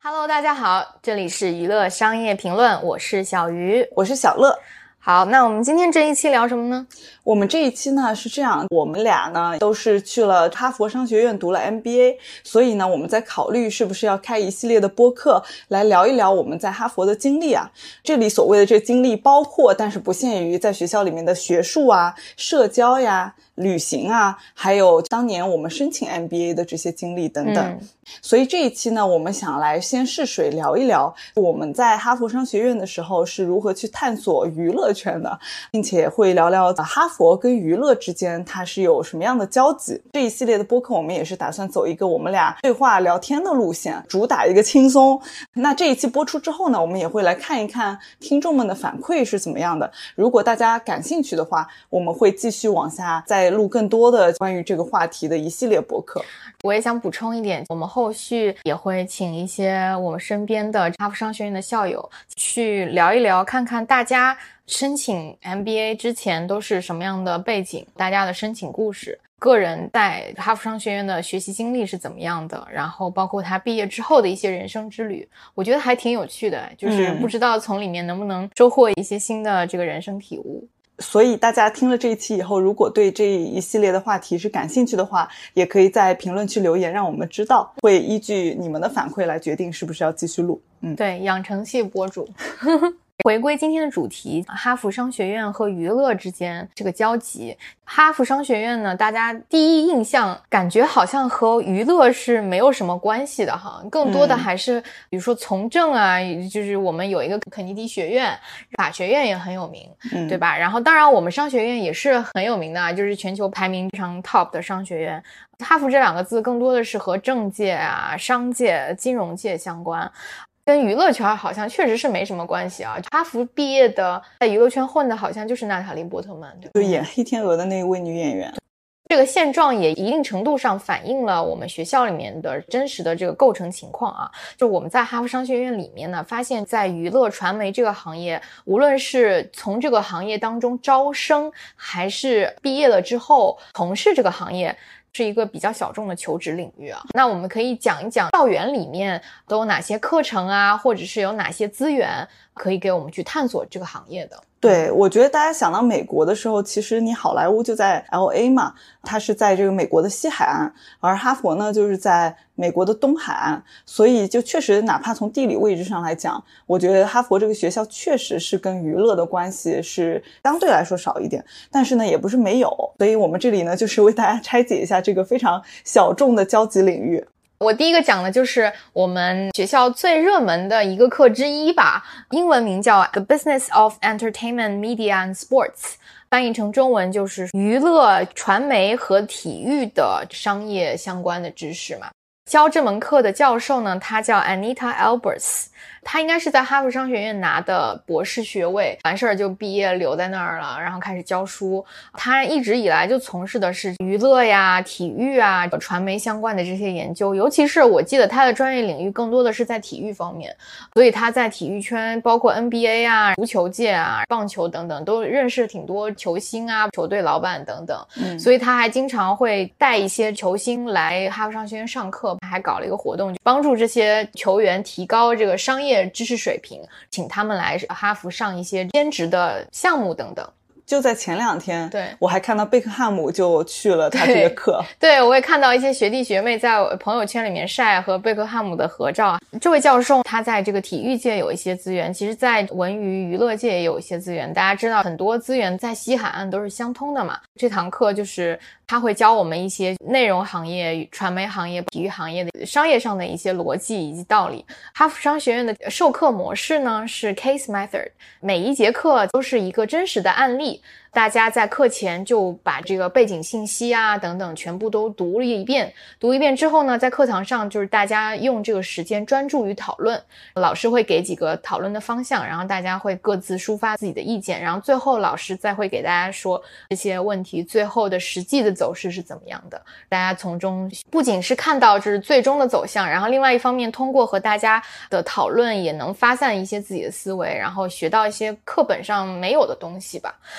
Hello， 大家好，这里是娱乐商业评论，我是小鱼， 我是小乐。 好，那我们今天这一期聊什么呢？ 我们这一期呢是这样，我们俩呢都是去了哈佛商学院读了 MBA， 所以呢我们在考虑是不是要开一系列的播客来聊一聊我们在哈佛的经历啊。这里所谓的这经历包括但是不限于在学校里面的学术啊、社交呀、旅行啊，还有当年我们申请 MBA 的这些经历等等。所以这一期呢我们想来先试水聊一聊我们在哈佛商学院的时候是如何去探索娱乐圈的，并且会聊聊哈佛跟娱乐之间它是有什么样的交集。这一系列的播客我们也是打算走一个我们俩对话聊天的路线，主打一个轻松。那这一期播出之后呢，我们也会来看一看听众们的反馈是怎么样的，如果大家感兴趣的话，我们会继续往下再录更多的关于这个话题的一系列播客。 我也想补充一点，我们后续也会请一些我们身边的哈佛商学院的校友去聊一聊，看看大家申请 MBA 之前都是什么样的背景，大家的申请故事，个人在哈佛商学院的学习经历是怎么样的，然后包括他毕业之后的一些人生之旅，我觉得还挺有趣的，就是不知道从里面能不能收获一些新的这个人生体悟。 所以大家听了这一期以后，如果对这一系列的话题是感兴趣的话，也可以在评论区留言让我们知道，会依据你们的反馈来决定是不是要继续录。 对，养成系博主。回归今天的主题，哈佛商学院和娱乐之间这个交集。哈佛商学院呢，大家第一印象感觉好像和娱乐是没有什么关系的哈，更多的还是比如说从政啊，就是我们有一个肯尼迪学院，法学院也很有名，对吧？然后当然我们商学院也是很有名的，就是全球排名非常 top 的商学院。哈佛这两个字更多的是和政界啊、商界、金融界相关，跟娱乐圈好像确实是没什么关系啊。哈佛毕业的在娱乐圈混的好像就是娜塔莉波特曼，对吧？ 就演黑天鹅的那位女演员。 这个现状也一定程度上反映了我们学校里面的真实的这个构成情况啊。就我们在哈佛商学院里面呢，发现在娱乐传媒这个行业，无论是从这个行业当中招生，还是毕业了之后从事这个行业，是一个比较小众的求职领域啊。那我们可以讲一讲校园里面都有哪些课程啊，或者是有哪些资源可以给我们去探索这个行业的。 对，我觉得大家想到美国的时候，其实你好莱坞就在 LA 嘛，它是在这个美国的西海岸，而哈佛呢就是在美国的东海岸，所以就确实哪怕从地理位置上来讲，我觉得哈佛这个学校确实是跟娱乐的关系是相对来说少一点，但是呢也不是没有，所以我们这里呢就是为大家拆解一下这个非常小众的交集领域。 我第一个讲的就是我们学校最热门的一个课之一吧，英文名叫 The Business of Entertainment, Media and Sports， 翻译成中文就是娱乐、传媒和体育的商业相关的知识嘛。教这门课的教授呢，他叫 Anita Albers， 他应该是在哈佛商学院拿的博士学位，完事儿就毕业留在那儿了，然后开始教书。他一直以来就从事的是娱乐呀、体育啊、传媒相关的这些研究，尤其是我记得他的专业领域更多的是在体育方面，所以他在体育圈包括 NBA 啊、足球界啊、棒球等等都认识挺多球星啊、球队老板等等，所以他还经常会带一些球星来哈佛商学院上课，还搞了一个活动，帮助这些球员提高这个商业知识水平，请他们来哈佛上一些兼职的项目等等。 就在前2天， 对， 我还看到贝克汉姆就去了他这个课。 对，我也看到一些学弟学妹在朋友圈里面晒和贝克汉姆的合照。这位教授他在这个体育界有一些资源，其实在文娱娱乐界也有一些资源。大家知道很多资源在西海岸都是相通的嘛。这堂课就是他会教我们一些内容行业、传媒行业、体育行业的商业上的一些逻辑以及道理。哈佛商学院的授课模式呢是 case method， 每一节课都是一个真实的案例，大家在课前就把这个背景信息啊等等全部都读一遍之后呢，在课堂上就是大家用这个时间专注于讨论，老师会给几个讨论的方向，然后大家会各自抒发自己的意见，然后最后老师再会给大家说这些问题最后的实际的走势是怎么样的，大家从中不仅是看到就是最终的走向，然后另外一方面通过和大家的讨论也能发散一些自己的思维，然后学到一些课本上没有的东西吧。这门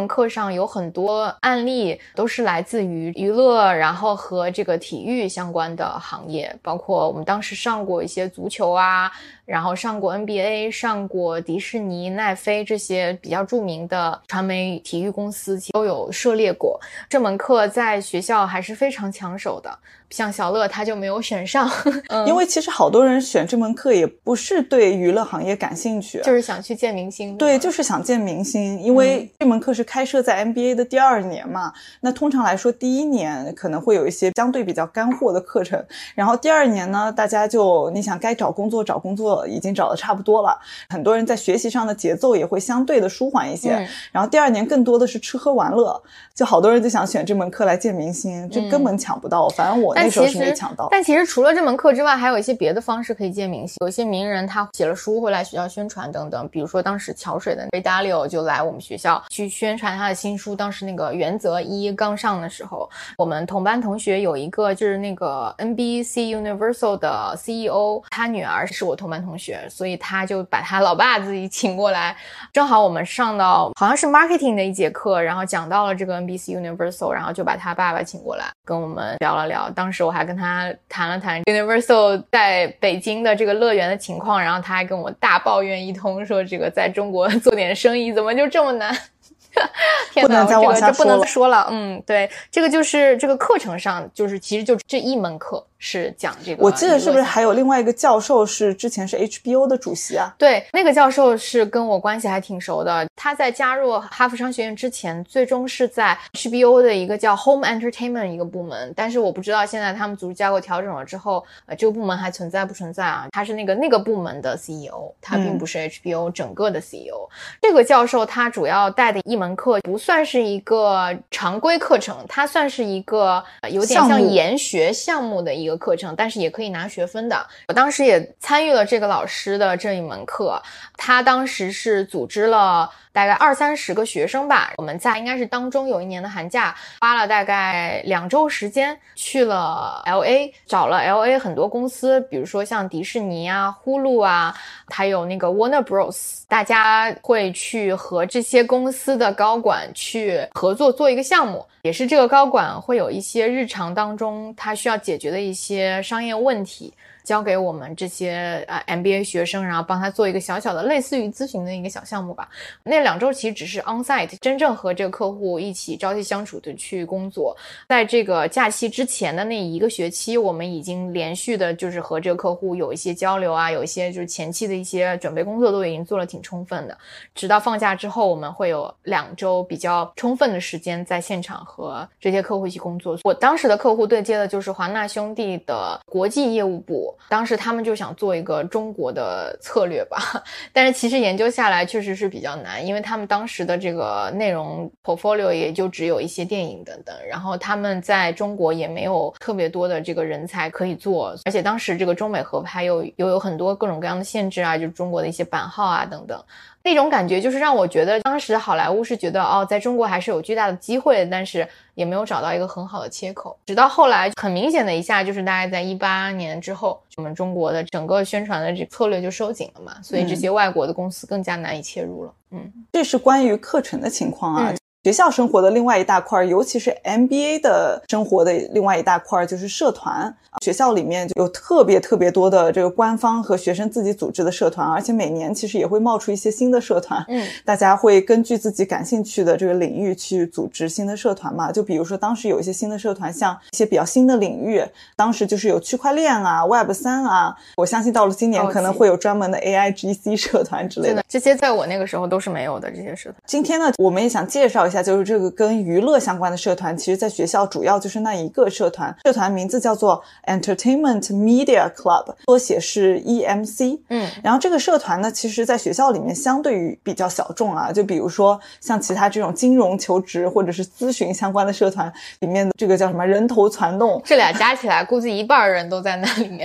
门课上有很多案例都是来自于娱乐，然后和这个体育相关的行业，包括我们当时上过一些足球啊，然后上过 NBA， 上过迪士尼、奈飞这些比较著名的传媒体育公司都有涉猎过。这门课在学校还是非常抢手的，像小乐他就没有选上因为其实好多人选这门课也不是对娱乐行业感兴趣， 就是想去见明星。 对，就是想见明星，因为这门课是开设在 MBA 的第2年嘛，那通常来说第1年可能会有一些相对比较干货的课程，然后第2年呢，大家就你想该找工作已经找得差不多了，很多人在学习上的节奏也会相对的舒缓一些，然后第2年更多的是吃喝玩乐，就好多人就想选这门课来见明星，这根本抢不到，反正我那时候是没抢到。 但其实除了这门课之外，还有一些别的方式可以见明星，有些名人他写了书会来学校宣传等等，比如说当时桥水的Ray Dalio就来我们学校去宣传他的新书，当时那个原则1刚上的时候，我们同班同学有一个就是那个 NBC Universal 的 CEO， 他女儿是我同班同学，所以他就把他老爸自己请过来，正好我们上到好像是 marketing 的一节课，然后讲到了这个 NBC Universal， 然后就把他爸爸请过来跟我们聊了聊，当时我还跟他谈了谈 Universal 在北京的这个乐园的情况，然后他还跟我大抱怨一通，说这个在中国做点生意怎么就这么难天哪，这不能再说了。对，这个就是这个课程上，就是其实就这一门课是讲这个。 我记得是不是还有另外一个教授是之前是 HBO 的主席啊？ 对，那个教授是跟我关系还挺熟的。他在加入哈佛商学院之前，最终是在 HBO 的一个叫 Home Entertainment 一个部门，但是我不知道现在他们组织架构调整了之后，这个部门还存在不存在啊？他是那个部门的 CEO， 他并不是 HBO 整个的 CEO。这个教授他主要带的一门课不算是一个常规课程，它算是一个有点像研学项目的一个课程，但是也可以拿学分的。我当时也参与了这个老师的这一门课，他当时是组织了大概20-30个学生吧，我们在应该是当中有一年的寒假，花了大概2周时间去了 LA， 找了 LA 很多公司，比如说像迪士尼啊、Hulu 啊，还有那个 Warner Bros， 大家会去和这些公司的高管去合作做一个项目，也是这个高管会有一些日常当中他需要解决的一些商业问题，交给我们这些MBA 学生，然后帮他做一个小小的类似于咨询的一个小项目吧。那2周其实只是 on-site， 真正和这个客户一起朝夕相处的去工作。在这个假期之前的那1个学期，我们已经连续的就是和这个客户有一些交流啊，有一些就是前期的一些准备工作都已经做了挺充分的。直到放假之后，我们会有2周比较充分的时间在现场和这些客户一起工作。我当时的客户对接的就是华纳兄弟的国际业务部，当时他们就想做一个中国的策略吧，但是其实研究下来确实是比较难，因为他们当时的这个内容 portfolio 也就只有一些电影等等，然后他们在中国也没有特别多的这个人才可以做，而且当时这个中美合拍又有很多各种各样的限制啊，就是中国的一些版号啊等等。那种感觉就是让我觉得当时好莱坞是觉得在中国还是有巨大的机会，但是也没有找到一个很好的切口。直到后来很明显的一下，就是大概在18年之后，我们中国的整个宣传的这策略就收紧了嘛，所以这些外国的公司更加难以切入了。 这是关于课程的情况啊。学校生活的另外一大块，尤其是 MBA 的生活的另外一大块就是社团。学校里面有特别多的这个官方和学生自己组织的社团，而且每年其实也会冒出一些新的社团。大家会根据自己感兴趣的这个领域去组织新的社团嘛。就比如说当时有一些新的社团，像一些比较新的领域，当时就是有区块链啊、Web3 啊，我相信到了今年可能会有专门的 AIGC 社团之类的。 这些在我那个时候都是没有的，这些社团。 今天呢，我们也想介绍一下，就是这个跟娱乐相关的社团，其实在学校主要就是那一个社团，社团名字叫做 Entertainment Media Club， 缩写是 EMC。然后这个社团呢，其实在学校里面相对于比较小众啊，就比如说像其他这种金融求职或者是咨询相关的社团里面的这个叫什么人头攒动， 这俩加起来估计1半人都在那里面。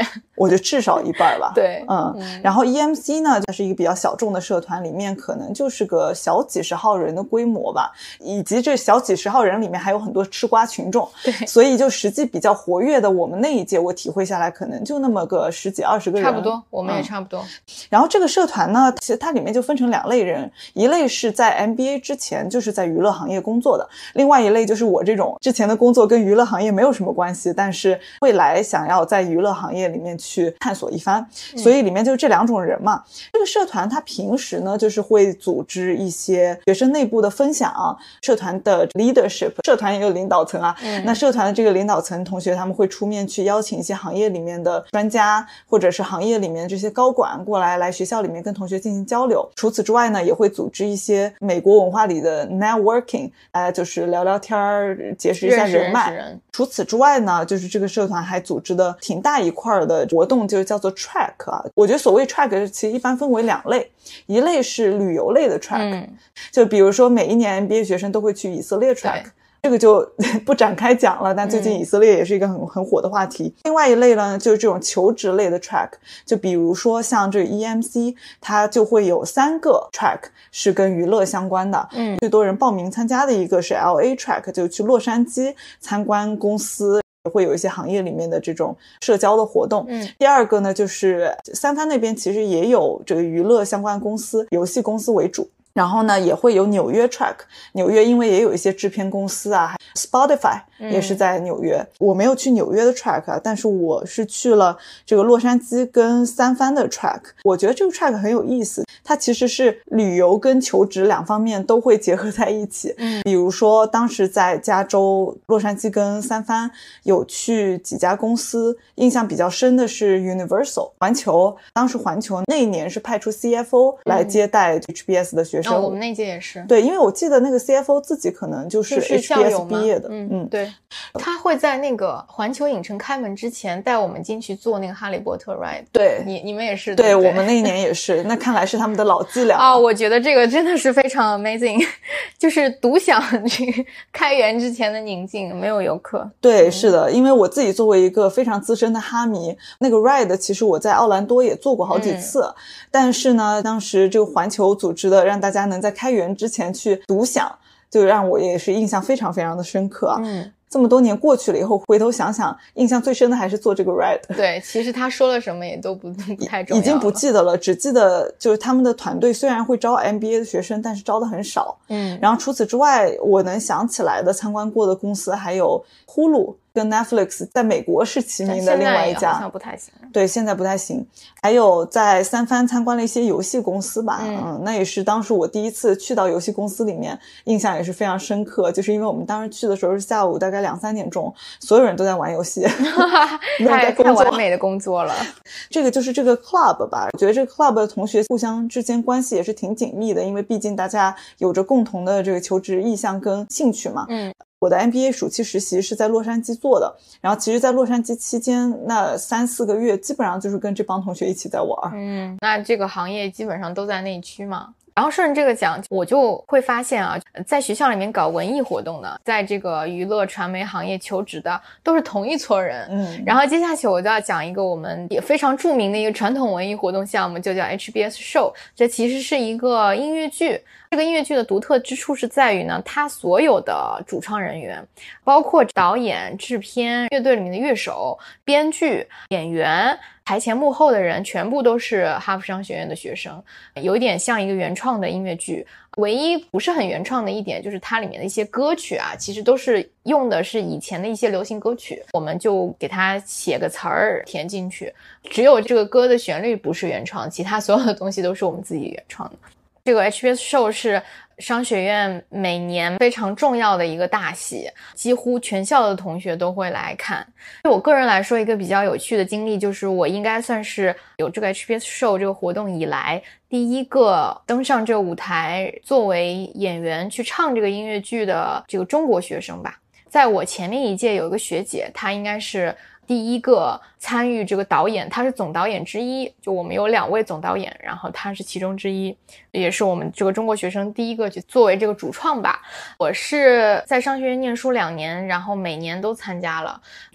我觉得至少一半吧。 对， 然后 EMC 呢，它是一个比较小众的社团，里面可能就是个小几十号人的规模吧，以及这小几十号人里面还有很多吃瓜群众， 对， 所以就实际比较活跃的，我们那一届我体会下来，可能就那么个10几20个人， 差不多，我们也差不多。 然后这个社团呢，其实它里面就分成2类人，一类是在 MBA 之前就是在娱乐行业工作的，另外一类就是我这种之前的工作跟娱乐行业没有什么关系，但是未来想要在娱乐行业里面去探索一番，所以里面就是这2种人嘛。这个社团它平时呢就是会组织一些学生内部的分享，社团的 leadership， 社团也有领导层啊，那社团的这个领导层同学他们会出面去邀请一些行业里面的专家或者是行业里面这些高管过来学校里面跟同学进行交流。除此之外呢，也会组织一些美国文化里的 networking，就是聊聊天结识一下人脉。除此之外呢，就是这个社团还组织的挺大一块的活动，就叫做 track 啊。我觉得所谓 track 其实一般分为2类，一类是旅游类的 track，就比如说每一年 MBA 学生都会去以色列 track，这个就不展开讲了，但最近以色列也是一个很火的话题。另外一类呢，就是这种求职类的 track， 就比如说像这个 EMC， 它就会有3个 track 是跟娱乐相关的。最多人报名参加的一个是 LA track， 就去洛杉矶参观公司，会有一些行业里面的这种社交的活动。第二个呢，就是三藩那边其实也有这个娱乐相关公司，游戏公司为主。然后呢，也会有纽约 track， 纽约因为也有一些制片公司啊 ，Spotify 也是在纽约。我没有去纽约的 track， 但是我是去了这个洛杉矶跟三藩的 track。我觉得这个 track 很有意思，它其实是旅游跟求职2方面都会结合在一起。比如说当时在加州洛杉矶跟三藩有去几家公司，印象比较深的是 Universal 环球，当时环球那一年是派出 CFO 来接待 HBS 的学生。 我们那届也是。 对，因为我记得那个 CFO 自己可能就是 HBS 毕业的。 对，他会在那个环球影城开门之前带我们进去做那个哈利波特 ride。 对， 你们也是。 对，我们那一年也是。那看来是他们的老伎俩。 我觉得这个真的是非常 amazing， 就是独享这个开园之前的宁静，没有游客。 对，是的，因为我自己作为一个非常资深的哈迷，那个 ride 其实我在奥兰多也做过好几次，但是呢，当时这个环球组织的让大家能在开园之前去独享，就让我也是印象非常非常的深刻啊。这么多年过去了以后，回头想想，印象最深的还是做这个 ride。 对，其实他说了什么也都不太重要了， 已经不记得了，只记得就是他们的团队虽然会招 MBA 的学生，但是招的很少。然后除此之外，我能想起来的参观过的公司还有 Hulu 跟 Netflix， 在美国是齐名的另外一家， 现在也好像不太行。 对，现在不太行。还有在三藩参观了一些游戏公司吧，那也是当时我第一次去到游戏公司里面，印象也是非常深刻。就是因为我们当时去的时候是下午大概2-3点钟，所有人都在玩游戏， 太完美的工作了。 这个就是这个 club 吧，我觉得这个 club 的同学互相之间关系也是挺紧密的，因为毕竟大家有着共同的这个求职意向跟兴趣嘛。我的 MBA 暑期实习是在洛杉矶做的，然后其实在洛杉矶期间那3-4个月基本上就是跟这帮同学一起在玩。 那这个行业基本上都在内区嘛。然后顺着这个讲，我就会发现啊，在学校里面搞文艺活动的，在这个娱乐传媒行业求职的都是同一撮人。然后接下去我就要讲一个我们也非常著名的一个传统文艺活动项目，就叫 HBS Show。这其实是一个音乐剧。这个音乐剧的独特之处是在于呢，它所有的主创人员，包括导演、制片、乐队里面的乐手、编剧、演员、台前幕后的人，全部都是哈佛商学院的学生，有一点像一个原创的音乐剧。唯一不是很原创的一点就是它里面的一些歌曲啊，其实都是用的是以前的一些流行歌曲，我们就给它写个词儿填进去，只有这个歌的旋律不是原创，其他所有的东西都是我们自己原创的。这个 HBS Show 是商学院每年非常重要的一个大戏，几乎全校的同学都会来看。对我个人来说，一个比较有趣的经历就是我应该算是有这个 HBS Show 这个活动以来第一个登上这个舞台作为演员去唱这个音乐剧的这个中国学生吧。在我前面一届有一个学姐，她应该是第一个参与这个导演，他是总导演之一，就我们有2位总导演，然后他是其中之一，也是我们这个中国学生第一个去作为这个主创吧。我是在商学院念书2年，然后每年都参加了。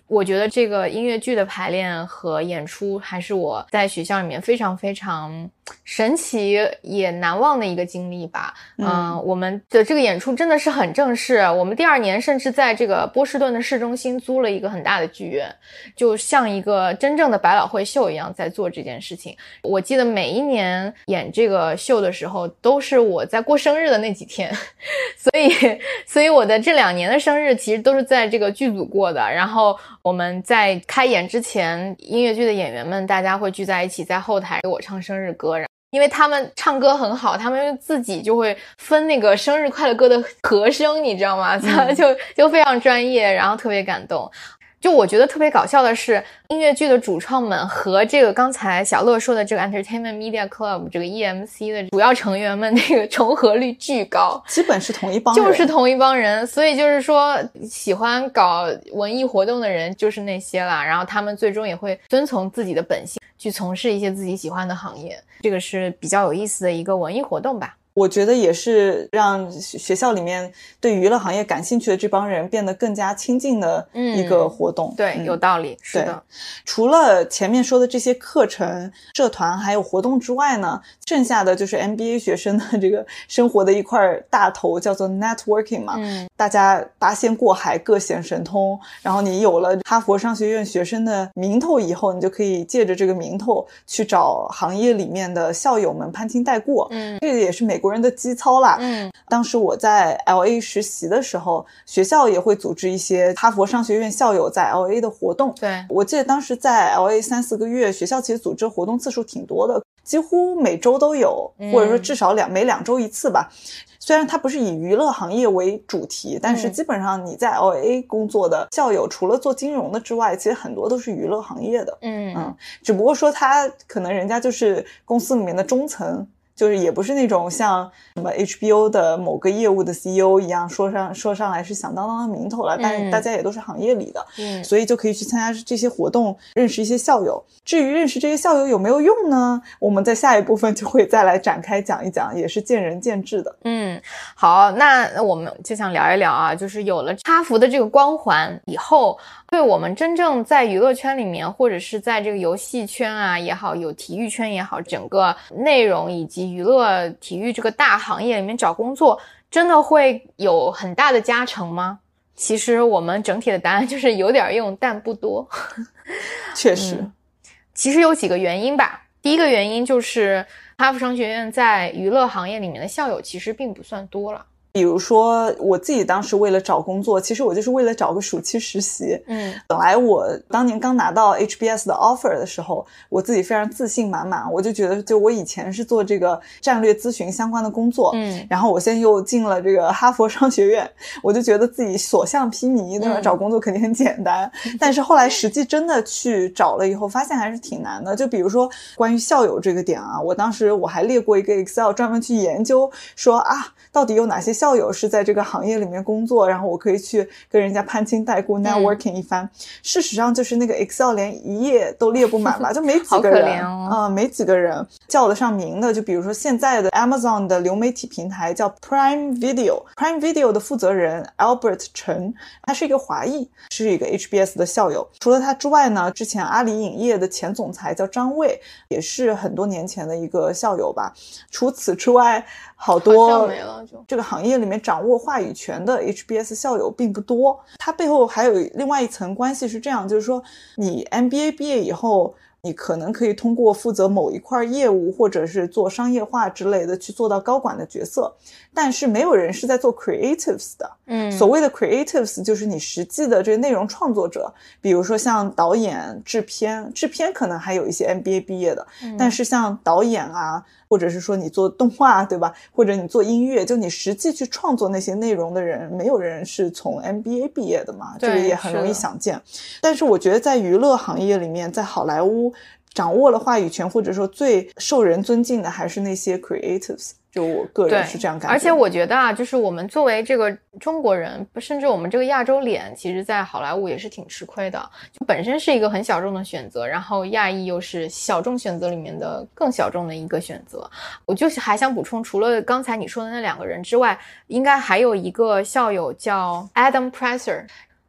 我觉得这个音乐剧的排练和演出还是我在学校里面非常非常神奇也难忘的一个经历吧。我们的这个演出真的是很正式，我们第2年甚至在这个波士顿的市中心租了一个很大的剧院，就像一个真正的百老汇秀一样在做这件事情。我记得每一年演这个秀的时候都是我在过生日的那几天所以我的这2年的生日其实都是在这个剧组过的。然后我们在开演之前，音乐剧的演员们大家会聚在一起，在后台给我唱生日歌，因为他们唱歌很好，他们自己就会分那个生日快乐歌的和声，你知道吗？就非常专业，然后特别感动。就我觉得特别搞笑的是，音乐剧的主创们和这个刚才小乐说的这个 Entertainment Media Club 这个 EMC 的主要成员们那个重合率巨高， 基本是同一帮人， 就是同一帮人。所以就是说喜欢搞文艺活动的人就是那些啦，然后他们最终也会遵从自己的本性去从事一些自己喜欢的行业，这个是比较有意思的一个文艺活动吧。 我觉得也是让学校里面对娱乐行业感兴趣的这帮人变得更加亲近的一个活动。 对，有道理，是的。 除了前面说的这些课程、社团还有活动之外呢，剩下的就是 MBA 学生的这个生活的一块大头叫做 networking 嘛。大家八仙过海，各显神通，然后你有了哈佛商学院学生的名头以后，你就可以借着这个名头去找行业里面的校友们攀亲带故。这个也是美国人的基操啦。当时我在 LA 实习的时候，学校也会组织一些哈佛商学院校友在 LA 的活动。 对， 我记得当时在 LA 3-4个月，学校其实组织活动次数挺多的，几乎每周都有，或者说至少每2周一次吧。虽然它不是以娱乐行业为主题，但是基本上你在 LA 工作的校友，除了做金融的之外，其实很多都是娱乐行业的。只不过说他可能人家就是公司里面的中层，就是也不是那种像什么 HBO 的某个业务的 CEO 一样说上来是响当当的名头了，但是大家也都是行业里的，所以就可以去参加这些活动，认识一些校友。至于认识这些校友有没有用呢，我们在下一部分就会再来展开讲一讲，也是见仁见智的。 好，那我们就想聊一聊啊，就是有了哈佛的这个光环以后，对我们真正在娱乐圈里面，或者是在这个游戏圈啊也好，有体育圈也好，整个内容以及娱乐体育这个大行业里面找工作，真的会有很大的加成吗？其实我们整体的答案就是有点用，但不多。 确实， 其实有几个原因吧。第一个原因就是哈佛商学院在娱乐行业里面的校友其实并不算多了。 比如说我自己当时为了找工作，其实我就是为了找个暑期实习。本来我当年刚拿到 HBS 的 offer 的时候，我自己非常自信满满，我就觉得就我以前是做这个战略咨询相关的工作，然后我现在又进了这个哈佛商学院，我就觉得自己所向披靡，对吧？找工作肯定很简单。但是后来实际真的去找了以后，发现还是挺难的。就比如说关于校友这个点啊，我当时我还列过一个 Excel 专门去研究说啊，到底有哪些校友是在这个行业里面工作，然后我可以去跟人家攀亲带故 networking 一番。事实上就是那个 Excel 连一页都列不满吧，就没几个人没几个人叫得上名的。就比如说现在的 Amazon 的流媒体平台叫 Prime Video 的负责人 Albert Chen， 他是一个华裔，是一个 HBS 的校友。除了他之外呢，之前阿里影业的前总裁叫张卫，也是很多年前的一个校友吧。除此之外，好多没了，就这个行业里面掌握话语权的 HBS 校友并不多。它背后还有另外一层关系是这样，就是说你 MBA 毕业以后，你可能可以通过负责某一块业务或者是做商业化之类的去做到高管的角色，但是没有人是在做 creatives 的。所谓的 creatives 就是你实际的这个内容创作者，比如说像导演、制片可能还有一些 MBA 毕业的，但是像导演啊，或者是说你做动画，对吧？或者你做音乐，就你实际去创作那些内容的人，没有人是从 MBA 毕业的嘛，这个也很容易想见。但是我觉得在娱乐行业里面，在好莱坞掌握了话语权，或者说最受人尊敬的还是那些 creatives。就我个人是这样感觉。 而且我觉得啊，就是我们作为这个中国人，甚至我们这个亚洲脸，其实在好莱坞也是挺吃亏的。就本身是一个很小众的选择，然后亚裔又是小众选择里面的更小众的一个选择。我就是还想补充，除了刚才你说的那2个人之外，应该还有一个校友叫 Adam Presser。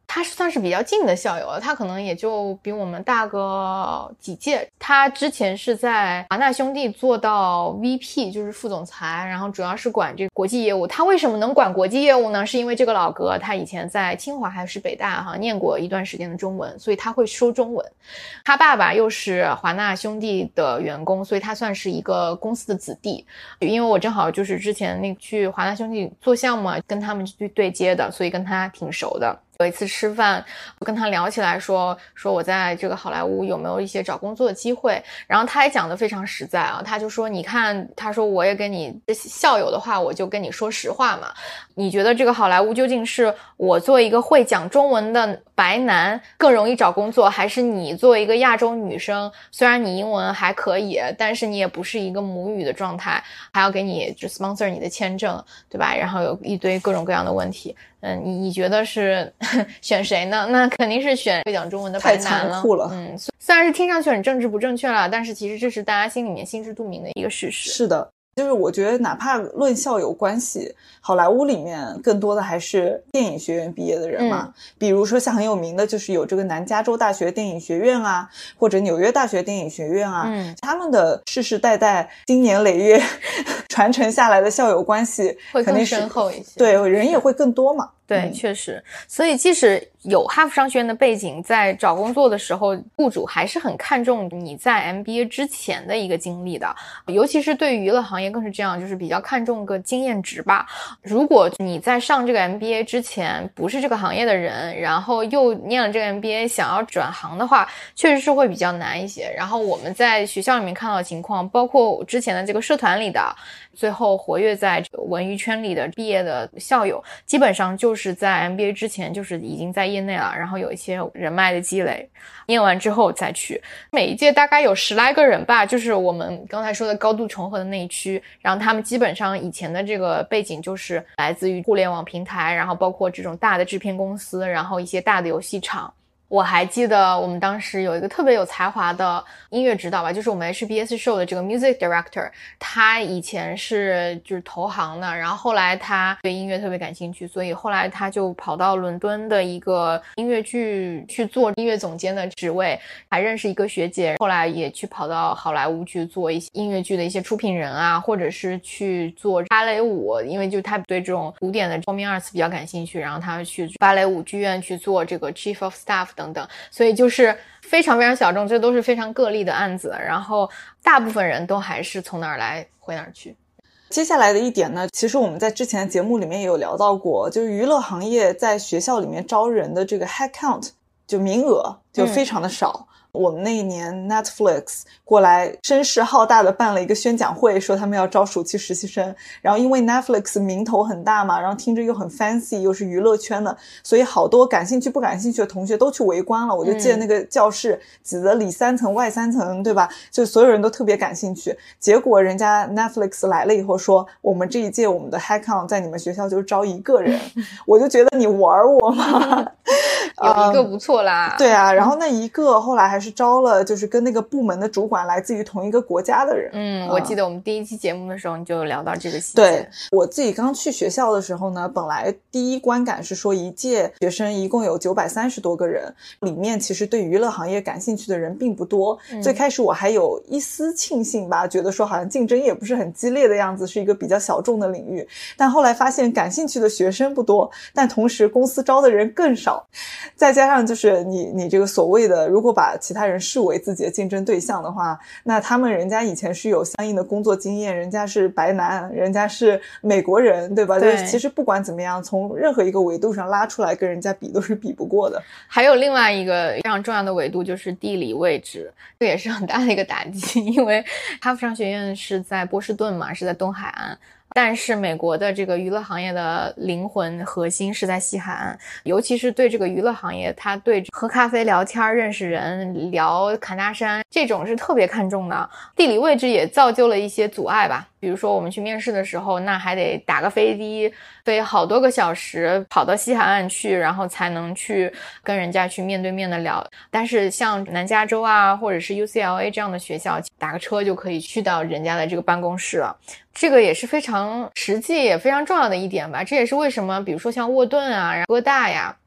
他算是比较近的校友了，他可能也就比我们大个几届。他之前是在华纳兄弟做到 VP， 就是副总裁，然后主要是管这个国际业务。他为什么能管国际业务呢？是因为这个老哥他以前在清华还是北大念过一段时间的中文，所以他会说中文。他爸爸又是华纳兄弟的员工，所以他算是一个公司的子弟。因为我正好就是之前去华纳兄弟做项目跟他们去对接的，所以跟他挺熟的。有一次吃饭，我跟他聊起来说我在这个好莱坞有没有一些找工作的机会，然后他也讲得非常实在啊，他就说你看，他说我也跟你校友的话，我就跟你说实话嘛，你觉得这个好莱坞究竟是我作为一个会讲中文的白男更容易找工作，还是你作为一个亚洲女生，虽然你英文还可以，但是你也不是一个母语的状态，还要给你就 sponsor 你的签证，对吧？然后有一堆各种各样的问题。你觉得是选谁呢？那肯定是选会讲中文的白男了。 太残酷了。 虽然是听上去很政治不正确了，但是其实这是大家心里面心知肚明的一个事实。 是的。就是我觉得哪怕论校友关系，好莱坞里面更多的还是电影学院毕业的人嘛。比如说像很有名的就是有这个南加州大学电影学院啊，或者纽约大学电影学院啊，他们的世世代代经年累月传承下来的校友关系会更深厚一些， 对，人也会更多嘛。 对，确实。所以即使有哈佛商学院的背景，在找工作的时候，雇主还是很看重你在 MBA 之前的一个经历的，尤其是对于娱乐行业更是这样，就是比较看重个经验值吧。如果你在上这个 MBA 之前不是这个行业的人，然后又念了这个 MBA 想要转行的话，确实是会比较难一些。然后我们在学校里面看到的情况，包括我之前的这个社团里的最后活跃在文娱圈里的毕业的校友，基本上就是在 MBA 之前就是已经在业内了，然后有一些人脉的积累，念完之后再去。每一届大概有10来个人吧，就是我们刚才说的高度重合的那一区，然后他们基本上以前的这个背景就是来自于互联网平台，然后包括这种大的制片公司，然后一些大的游戏厂。我还记得我们当时有一个特别有才华的音乐指导吧，就是我们 HBS show 的这个 music director， 他以前是就是投行的，然后后来他对音乐特别感兴趣，所以后来他就跑到伦敦的一个音乐剧去做音乐总监的职位，还认识一个学姐，后来也去跑到好莱坞去做一些音乐剧的一些出品人啊，或者是去做芭蕾舞，因为就他对这种古典的方面 arts 比较感兴趣，然后他去芭蕾舞剧院去做这个 chief of staff等等，所以就是非常非常小众，这都是非常个例的案子，然后大部分人都还是从哪儿来回哪儿去。 接下来的一点呢，其实我们在之前的节目里面也有聊到过，就是娱乐行业在学校里面招人的这个 head count 就名额就非常的少。我们那一年 Netflix 过来声势浩大的办了一个宣讲会，说他们要招暑期实习生，然后因为 Netflix 名头很大嘛，然后听着又很 fancy， 又是娱乐圈的，所以好多感兴趣不感兴趣的同学都去围观了。我就记得那个教室挤得里3层外3层，对吧？就所有人都特别感兴趣。结果人家 Netflix 来了以后说，我们这一届我们的 head count 在你们学校就招1个人。我就觉得你玩我吗？ 有一个不错啦。 对啊，然后那一个后来还是招了就是跟那个部门的主管来自于同一个国家的人。 我记得我们第一期节目的时候你就聊到这个细节。 对，我自己刚去学校的时候呢，本来第一观感是说一届学生一共有930多个人，里面其实对娱乐行业感兴趣的人并不多。最开始我还有一丝庆幸吧，觉得说好像竞争也不是很激烈的样子，是一个比较小众的领域。但后来发现感兴趣的学生不多，但同时公司招的人更少。再加上就是你这个所谓的，如果把其他人视为自己的竞争对象的话，那他们人家以前是有相应的工作经验，人家是白男，人家是美国人，对吧？ 对， 就是其实不管怎么样，从任何一个维度上拉出来跟人家比都是比不过的。 还有另外一个非常重要的维度就是地理位置，这也是很大的一个打击，因为哈佛商学院是在波士顿嘛，是在东海岸。但是美国的这个娱乐行业的灵魂核心是在西海岸，尤其是对这个娱乐行业，他对喝咖啡聊天认识人聊侃大山这种是特别看重的。地理位置也造就了一些阻碍吧，比如说我们去面试的时候，那还得打个飞机飞好多个小时跑到西海岸去，然后才能去跟人家去面对面的聊。但是像南加州啊或者是 UCLA 这样的学校，打个车就可以去到人家的这个办公室了。这个也是非常实际也非常重要的一点吧，这也是为什么比如说像沃顿啊、哥大呀，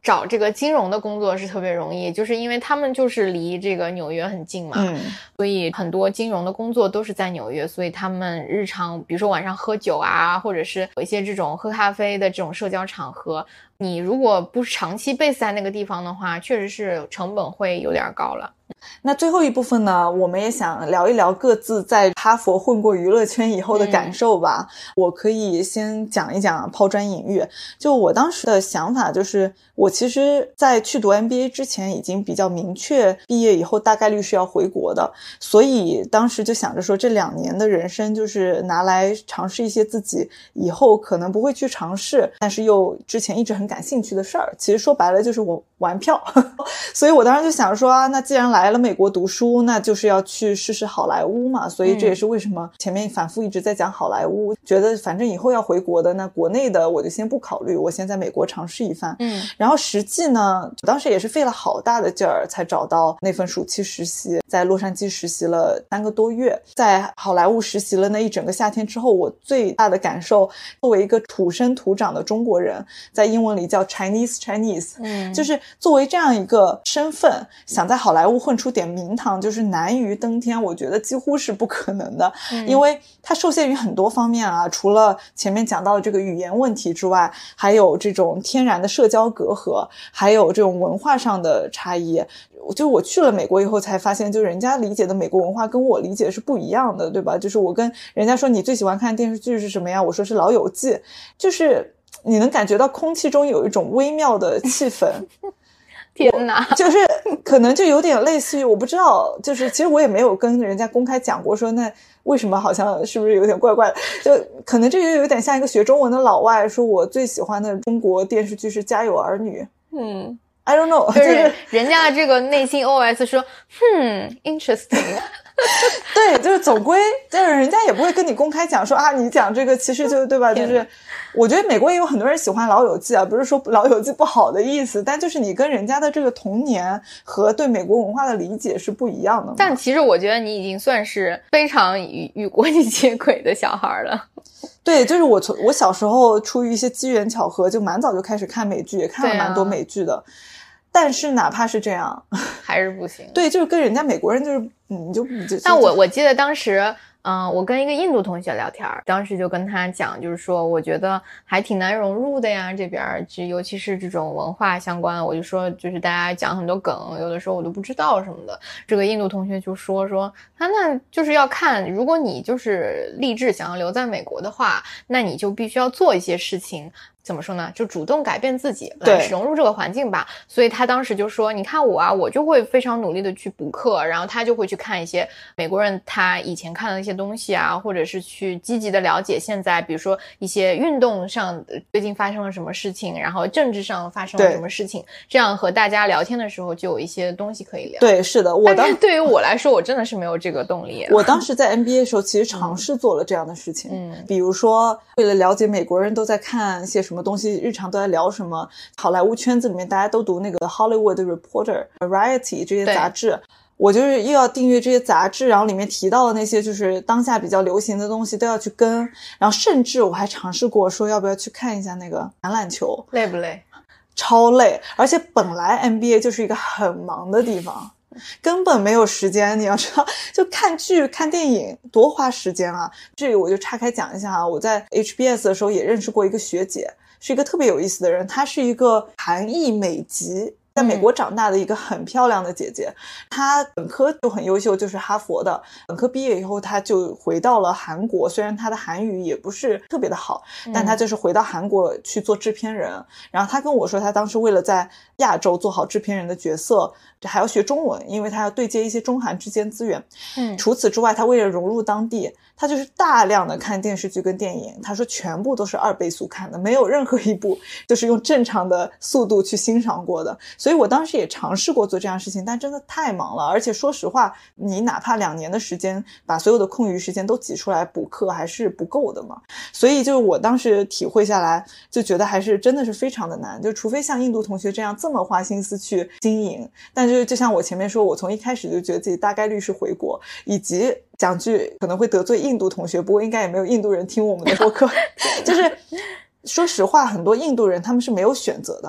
找这个金融的工作是特别容易，就是因为他们就是离这个纽约很近嘛，所以很多金融的工作都是在纽约，所以他们日常比如说晚上喝酒啊，或者是有一些这种喝咖啡的这种社交场合，你如果不是长期 base 在那个地方的话，确实是成本会有点高了。 那最后一部分呢，我们也想聊一聊各自在哈佛混过娱乐圈以后的感受吧。我可以先讲一讲，抛砖引玉。就我当时的想法就是，我其实在去读 MBA 之前已经比较明确毕业以后大概率是要回国的，所以当时就想着说这2年的人生就是拿来尝试一些自己以后可能不会去尝试，但是又之前一直很感兴趣的事儿。其实说白了就是我玩票所以我当时就想说啊，那既然来了美国读书，那就是要去试试好莱坞嘛，所以这也是为什么前面反复一直在讲好莱坞，觉得反正以后要回国的，那国内的我就先不考虑，我先在美国尝试一番。然后实际呢，当时也是费了好大的劲儿才找到那份暑期实习，在洛杉矶实习了3个多月，在好莱坞实习了那一整个夏天之后，我最大的感受，作为一个土生土长的中国人，在英文里叫 Chinese， 就是作为这样一个身份，想在好莱坞混出点名堂，就是难于登天，我觉得几乎是不可能的。因为它受限于很多方面啊，除了前面讲到的这个语言问题之外，还有这种天然的社交隔阂，还有这种文化上的差异。就我去了美国以后才发现，就人家理解的美国文化跟我理解是不一样的，对吧？就是我跟人家说你最喜欢看电视剧是什么呀，我说是老友记，就是你能感觉到空气中有一种微妙的气氛天哪， 就是可能就有点类似于，我不知道，就是其实我也没有跟人家公开讲过说那为什么好像是不是有点怪怪的，就可能这就有点像一个学中文的老外说我最喜欢的中国电视剧是家有儿女。I don't know， 就是人家的这个内心 OS 说interesting 对，就是总归就是人家也不会跟你公开讲说啊你讲这个其实就对吧，就是我觉得美国也有很多人喜欢老友记啊，不是说老友记不好的意思，但就是你跟人家的这个童年和对美国文化的理解是不一样的嘛。 但其实我觉得你已经算是非常与国际接轨的小孩了。 对，就是我小时候出于一些机缘巧合就蛮早就开始看美剧，也看了蛮多美剧的，但是哪怕是这样还是不行。 对，就是跟人家美国人就是但我记得当时我跟一个印度同学聊天，当时就跟他讲，就是说我觉得还挺难融入的呀，这边尤其是这种文化相关，我就说就是大家讲很多梗，有的时候我都不知道什么的。这个印度同学就说他那就是要看，如果你就是立志想要留在美国的话，那你就必须要做一些事情，怎么说呢，就主动改变自己来融入这个环境吧。所以他当时就说你看我啊，我就会非常努力的去补课，然后他就会去看一些美国人他以前看的一些东西啊，或者是去积极的了解现在比如说一些运动上最近发生了什么事情，然后政治上发生了什么事情，这样和大家聊天的时候就有一些东西可以聊。 对，是的， 但是对于我来说我真的是没有这个动力。 我当时在 MBA 的时候其实尝试做了这样的事情，比如说为了了解美国人都在看些什么东西，日常都在聊什么，好莱坞圈子里面大家都读那个 Hollywood Reporter、Variety 这些杂志，我就是又要订阅这些杂志，然后里面提到的那些就是当下比较流行的东西都要去跟，然后甚至我还尝试过说要不要去看一下那个橄榄球。 累不累？ 超累，而且本来 MBA 就是一个很忙的地方，根本没有时间，你要知道就看剧看电影多花时间啊。这个我就岔开讲一下啊，我在 HBS 的时候也认识过一个学姐，是一个特别有意思的人，她是一个韩裔美籍在美国长大的一个很漂亮的姐姐，她本科就很优秀，就是哈佛的，本科毕业以后她就回到了韩国，虽然她的韩语也不是特别的好，但她就是回到韩国去做制片人。然后她跟我说她当时为了在亚洲做好制片人的角色还要学中文，因为她要对接一些中韩之间资源。除此之外她为了融入当地，她就是大量的看电视剧跟电影，她说全部都是2倍速看的，没有任何一部就是用正常的速度去欣赏过的。所以我当时也尝试过做这样的事情，但真的太忙了，而且说实话你哪怕2年的时间把所有的空余时间都挤出来补课还是不够的嘛。所以就是我当时体会下来就觉得还是真的是非常的难，就除非像印度同学这样这么花心思去经营，但就像我前面说，我从一开始就觉得自己大概率是回国，以及讲句可能会得罪印度同学，不过应该也没有印度人听我们的播客就是说实话很多印度人他们是没有选择的，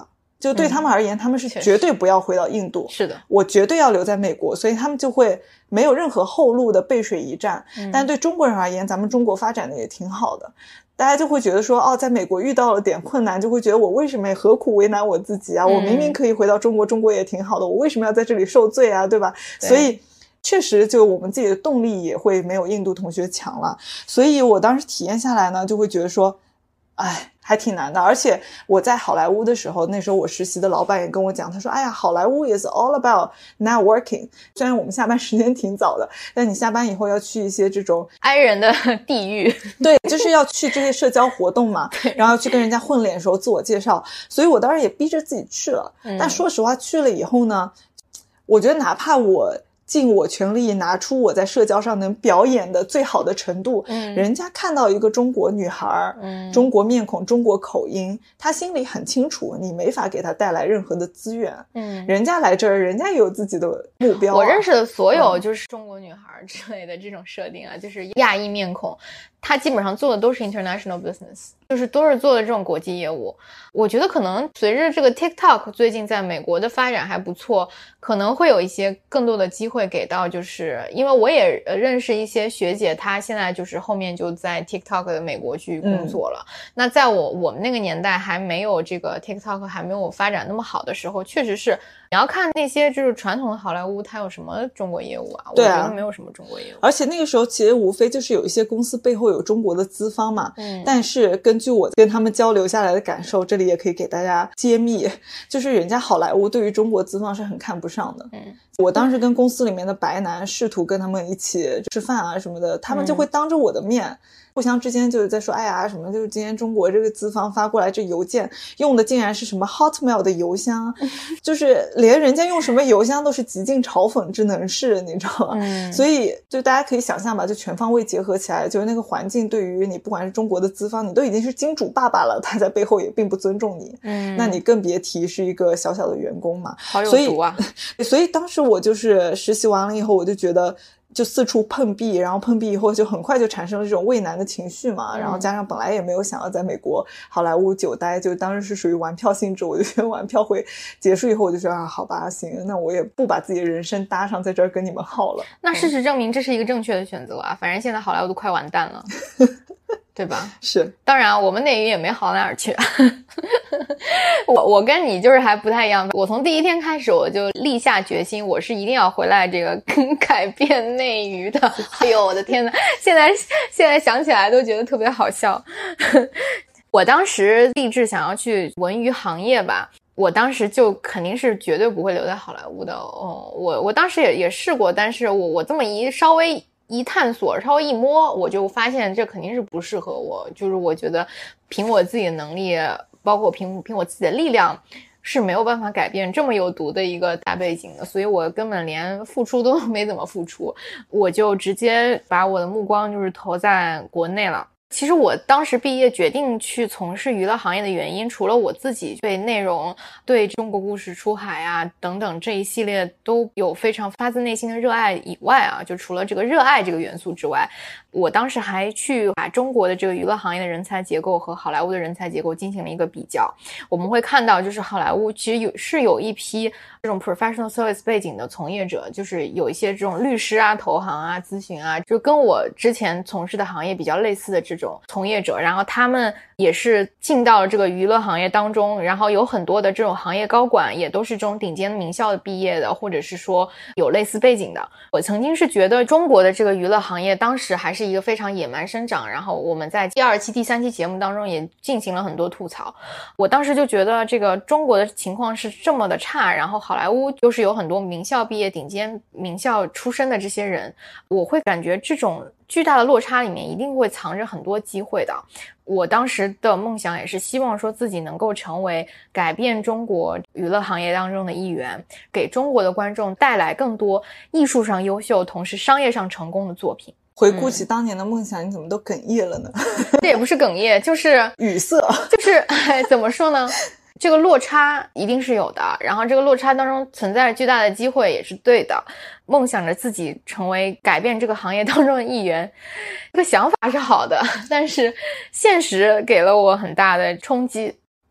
就对他们而言，他们是绝对不要回到印度， 是的， 我绝对要留在美国，所以他们就会没有任何后路的背水一战。但对中国人而言，咱们中国发展的也挺好的，大家就会觉得说，哦，在美国遇到了点困难，就会觉得我为什么何苦为难我自己啊？我明明可以回到中国，中国也挺好的，我为什么要在这里受罪啊？对吧？所以确实就我们自己的动力也会没有印度同学强了。所以我当时体验下来呢，就会觉得说，哎，还挺难的。而且我在好莱坞的时候，那时候我实习的老板也跟我讲，他说，哎呀，好莱坞 is all about networking。虽然我们下班时间挺早的，但你下班以后要去一些这种哀人的地狱。 对，就是要去这些社交活动嘛，然后去跟人家混脸熟，自我介绍。所以我当时也逼着自己去了。但说实话，去了以后呢，我觉得哪怕我尽我全力拿出我在社交上能表演的最好的程度，人家看到一个中国女孩，中国面孔，中国口音，他心里很清楚你没法给他带来任何的资源。人家来这儿，人家也有自己的目标啊。 我认识的所有就是中国女孩之类的这种设定啊，就是亚裔面孔，他基本上做的都是 international business， 就是都是做的这种国际业务。我觉得可能随着这个 TikTok 最近在美国的发展还不错，可能会有一些更多的机会给到，就是因为我也认识一些学姐，她现在就是后面就在 TikTok 的美国去工作了。那在我们那个年代还没有这个 TikTok 还没有发展那么好的时候，确实是你要看那些就是传统的好莱坞它有什么中国业务啊，我觉得没有什么中国业务。 而且那个时候其实无非就是有一些公司背后有中国的资方嘛，但是根据我跟他们交流下来的感受，这里也可以给大家揭秘，就是人家好莱坞对于中国资方是很看不上的。我当时跟公司里面的白男试图跟他们一起吃饭啊什么的，他们就会当着我的面互相之间就是在说，哎呀什么就是今天中国这个资方发过来这邮件用的竟然是什么 Hotmail 的邮箱，就是连人家用什么邮箱都是极尽嘲讽之能事，你知道吗？所以就大家可以想象吧，就全方位结合起来，就是那个环境对于你不管是中国的资方，你都已经是金主爸爸了，他在背后也并不尊重你，那你更别提是一个小小的员工嘛。 好有毒啊。 所以当时我就是实习完了以后，我就觉得就四处碰壁，然后碰壁以后就很快就产生了这种畏难的情绪嘛，然后加上本来也没有想要在美国好莱坞久待，就当时是属于玩票性质，我就觉得玩票会结束以后，我就觉得啊，好吧，行，那我也不把自己的人生搭上在这儿跟你们耗了。 那事实证明这是一个正确的选择啊，反正现在好莱坞都快完蛋了。对吧？ 是， 当然我们内娱也没好哪儿去。我跟你就是还不太一样，我从第一天开始我就立下决心，我是一定要回来这个改变内娱的。哎呦我的天哪，现在想起来都觉得特别好笑。我当时立志想要去文娱行业吧，我当时就肯定是绝对不会留在好莱坞的。我当时也试过，但是我这么稍微一探索，稍微一摸，我就发现这肯定是不适合我。就是我觉得凭我自己的能力，包括凭我自己的力量，是没有办法改变这么有毒的一个大背景的，所以我根本连付出都没怎么付出，我就直接把我的目光就是投在国内了。其实我当时毕业决定去从事娱乐行业的原因，除了我自己对内容、对中国故事出海啊等等这一系列都有非常发自内心的热爱以外啊，就除了这个热爱这个元素之外，我当时还去把中国的这个娱乐行业的人才结构和好莱坞的人才结构进行了一个比较。我们会看到就是好莱坞其实有一批这种 professional service 背景的从业者，就是有一些这种律师啊、投行啊、咨询啊，就跟我之前从事的行业比较类似的这种从业者，然后他们也是进到了这个娱乐行业当中，然后有很多的这种行业高管也都是这种顶尖名校的毕业的，或者是说有类似背景的。我曾经是觉得中国的这个娱乐行业当时还是一个非常野蛮生长，然后我们在第2期、第3期节目当中也进行了很多吐槽。我当时就觉得这个中国的情况是这么的差，然后好莱坞就是有很多名校毕业、顶尖名校出身的这些人，我会感觉这种巨大的落差里面一定会藏着很多机会的。我当时的梦想也是希望说自己能够成为改变中国娱乐行业当中的一员，给中国的观众带来更多艺术上优秀同时商业上成功的作品。 回顾起当年的梦想，你怎么都哽咽了呢？ 这也不是哽咽，就是语塞， 就是怎么说呢，这个落差一定是有的，然后这个落差当中存在着巨大的机会也是对的。梦想着自己成为改变这个行业当中的一员，这个想法是好的，但是现实给了我很大的冲击。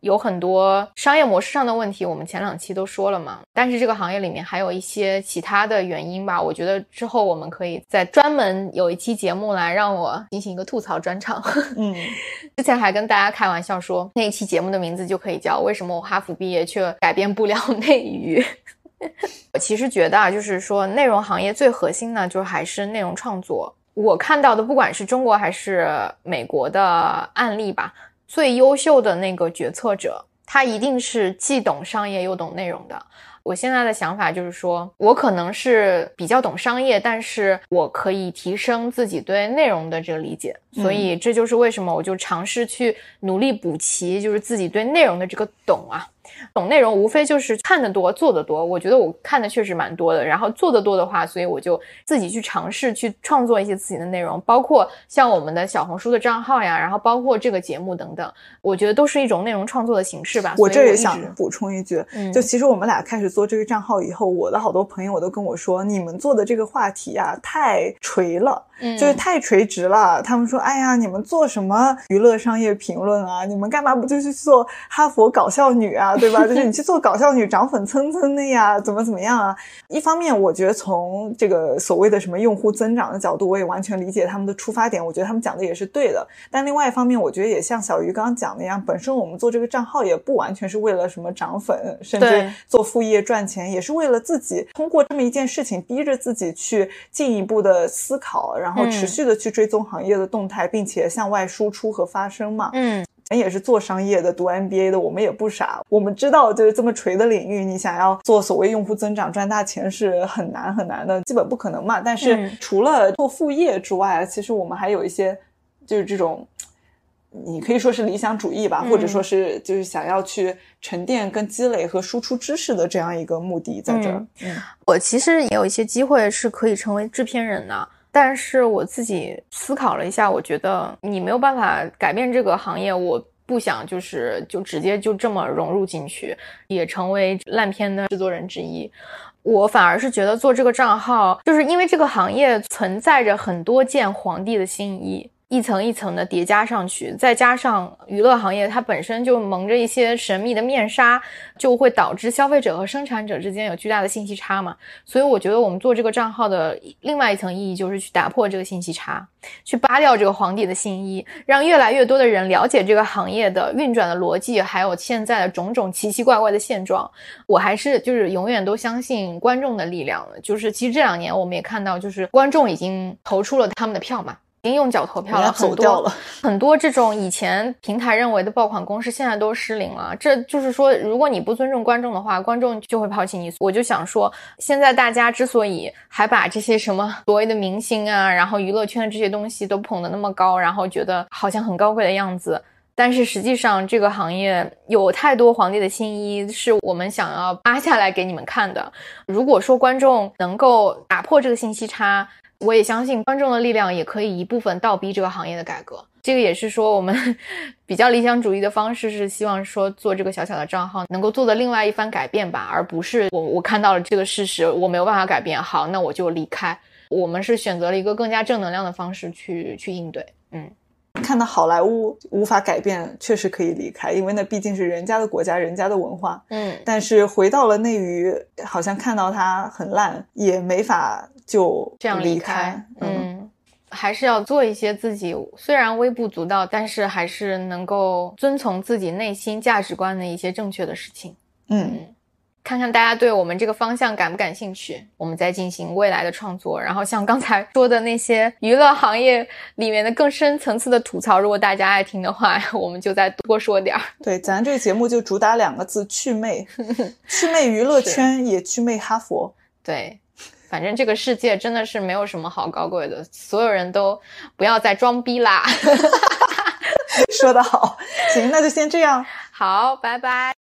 有很多商业模式上的问题，我们前2期都说了嘛，但是这个行业里面还有一些其他的原因吧，我觉得之后我们可以再专门有一期节目来让我进行一个吐槽专场。之前还跟大家开玩笑说，那一期节目的名字就可以叫为什么我哈佛毕业却改变不了内娱。我其实觉得就是说内容行业最核心呢，就还是内容创作。我看到的不管是中国还是美国的案例吧，最优秀的那个决策者，他一定是既懂商业又懂内容的。我现在的想法就是说，我可能是比较懂商业，但是我可以提升自己对内容的这个理解，所以这就是为什么我就尝试去努力补齐，就是自己对内容的这个懂啊。懂内容无非就是看得多做得多，我觉得我看的确实蛮多的，然后做得多的话，所以我就自己去尝试去创作一些自己的内容，包括像我们的小红书的账号呀，然后包括这个节目等等，我觉得都是一种内容创作的形式吧。 我这也想补充一句，就其实我们俩开始做这个账号以后，我的好多朋友都跟我说，你们做的这个话题啊太垂了，就是太垂直了。他们说，哎呀，你们做什么娱乐商业评论啊，你们干嘛不就是做哈佛搞笑女啊，对吧？就是你去做搞笑女长粉蹭蹭的呀，怎么样啊。一方面我觉得从这个所谓的什么用户增长的角度，我也完全理解他们的出发点，我觉得他们讲的也是对的。但另外一方面，我觉得也像小鱼刚刚讲的一样，本身我们做这个账号也不完全是为了什么涨粉，甚至做副业赚钱，也是为了自己通过这么一件事情逼着自己去进一步的思考，然后持续的去追踪行业的动态，并且向外输出和发声嘛。也是做商业的，读 MBA 的，我们也不傻，我们知道就是这么垂的领域，你想要做所谓用户增长赚大钱是很难很难的，基本不可能嘛。但是除了做副业之外，其实我们还有一些就是这种你可以说是理想主义吧，或者说是就是想要去沉淀跟积累和输出知识的这样一个目的在这儿。 我其实也有一些机会是可以成为制片人的，但是我自己思考了一下，我觉得你没有办法改变这个行业，我不想就直接就这么融入进去，也成为烂片的制作人之一。我反而是觉得做这个账号，就是因为这个行业存在着很多件皇帝的新衣，一层一层的叠加上去，再加上娱乐行业它本身就蒙着一些神秘的面纱，就会导致消费者和生产者之间有巨大的信息差嘛。所以我觉得我们做这个账号的另外一层意义就是去打破这个信息差，去扒掉这个皇帝的新衣，让越来越多的人了解这个行业的运转的逻辑，还有现在的种种奇奇怪怪的现状。我还是就是永远都相信观众的力量了，就是其实这2年我们也看到，就是观众已经投出了他们的票嘛，已经用脚投票了，很多这种以前平台认为的爆款公式现在都失灵了。这就是说，如果你不尊重观众的话，观众就会抛弃你。我就想说，现在大家之所以还把这些什么所谓的明星啊，然后娱乐圈的这些东西都捧得那么高，然后觉得好像很高贵的样子，但是实际上这个行业有太多皇帝的新衣是我们想要扒下来给你们看的。如果说观众能够打破这个信息差，我也相信观众的力量也可以一部分倒逼这个行业的改革。这个也是说我们比较理想主义的方式，是希望说做这个小小的账号能够做的另外一番改变吧，而不是我看到了这个事实，我没有办法改变，好，那我就离开。我们是选择了一个更加正能量的方式去应对。 看到好莱坞无法改变，确实可以离开，因为那毕竟是人家的国家，人家的文化。但是回到了内娱，好像看到它很烂，也没法就这样离开。还是要做一些自己虽然微不足道，但是还是能够遵从自己内心价值观的一些正确的事情。看看大家对我们这个方向感不感兴趣，我们再进行未来的创作。然后像刚才说的那些娱乐行业里面的更深层次的吐槽，如果大家爱听的话，我们就再多说点。 对，咱这个节目就主打2个字，祛魅。祛魅娱乐圈，也祛魅哈佛。 对，反正这个世界真的是没有什么好高贵的，所有人都不要再装逼啦。 说得好。行，那就先这样。 好，拜拜。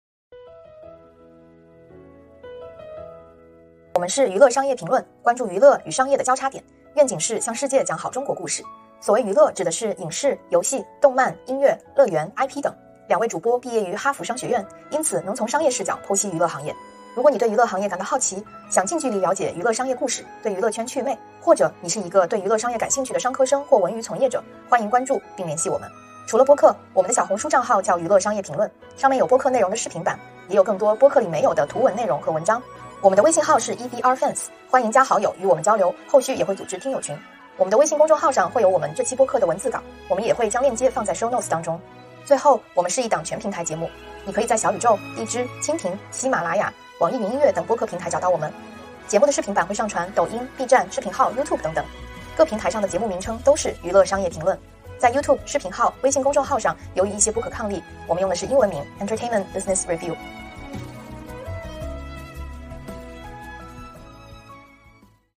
我们是娱乐商业评论，关注娱乐与商业的交叉点，愿景是向世界讲好中国故事。所谓娱乐，指的是影视、游戏、动漫、音乐、乐园、IP 等。2位主播毕业于哈佛商学院，因此能从商业视角剖析娱乐行业。如果你对娱乐行业感到好奇，想近距离了解娱乐商业故事，对娱乐圈祛魅，或者你是一个对娱乐商业感兴趣的商科生或文娱从业者，欢迎关注并联系我们。 除了播客，我们的小红书账号叫娱乐商业评论，上面有播客内容的视频版，也有更多播客里没有的图文内容和文章。我们的微信号是 EVRFans， 欢迎加好友与我们交流，后续也会组织听友群。我们的微信公众号上会有我们这期播客的文字稿，我们也会将链接放在 show notes 当中。最后，我们是一档全平台节目，你可以在小宇宙、荔枝、蜻蜓、喜马拉雅、网易云音乐等播客平台找到我们。节目的视频版会上传抖音、B 站、视频号、YouTube 等等，各平台上的节目名称都是娱乐商业评论。在 YouTube 视频号、微信公众号上，由于一些不可抗力，我们用的是英文名 Entertainment Business Review。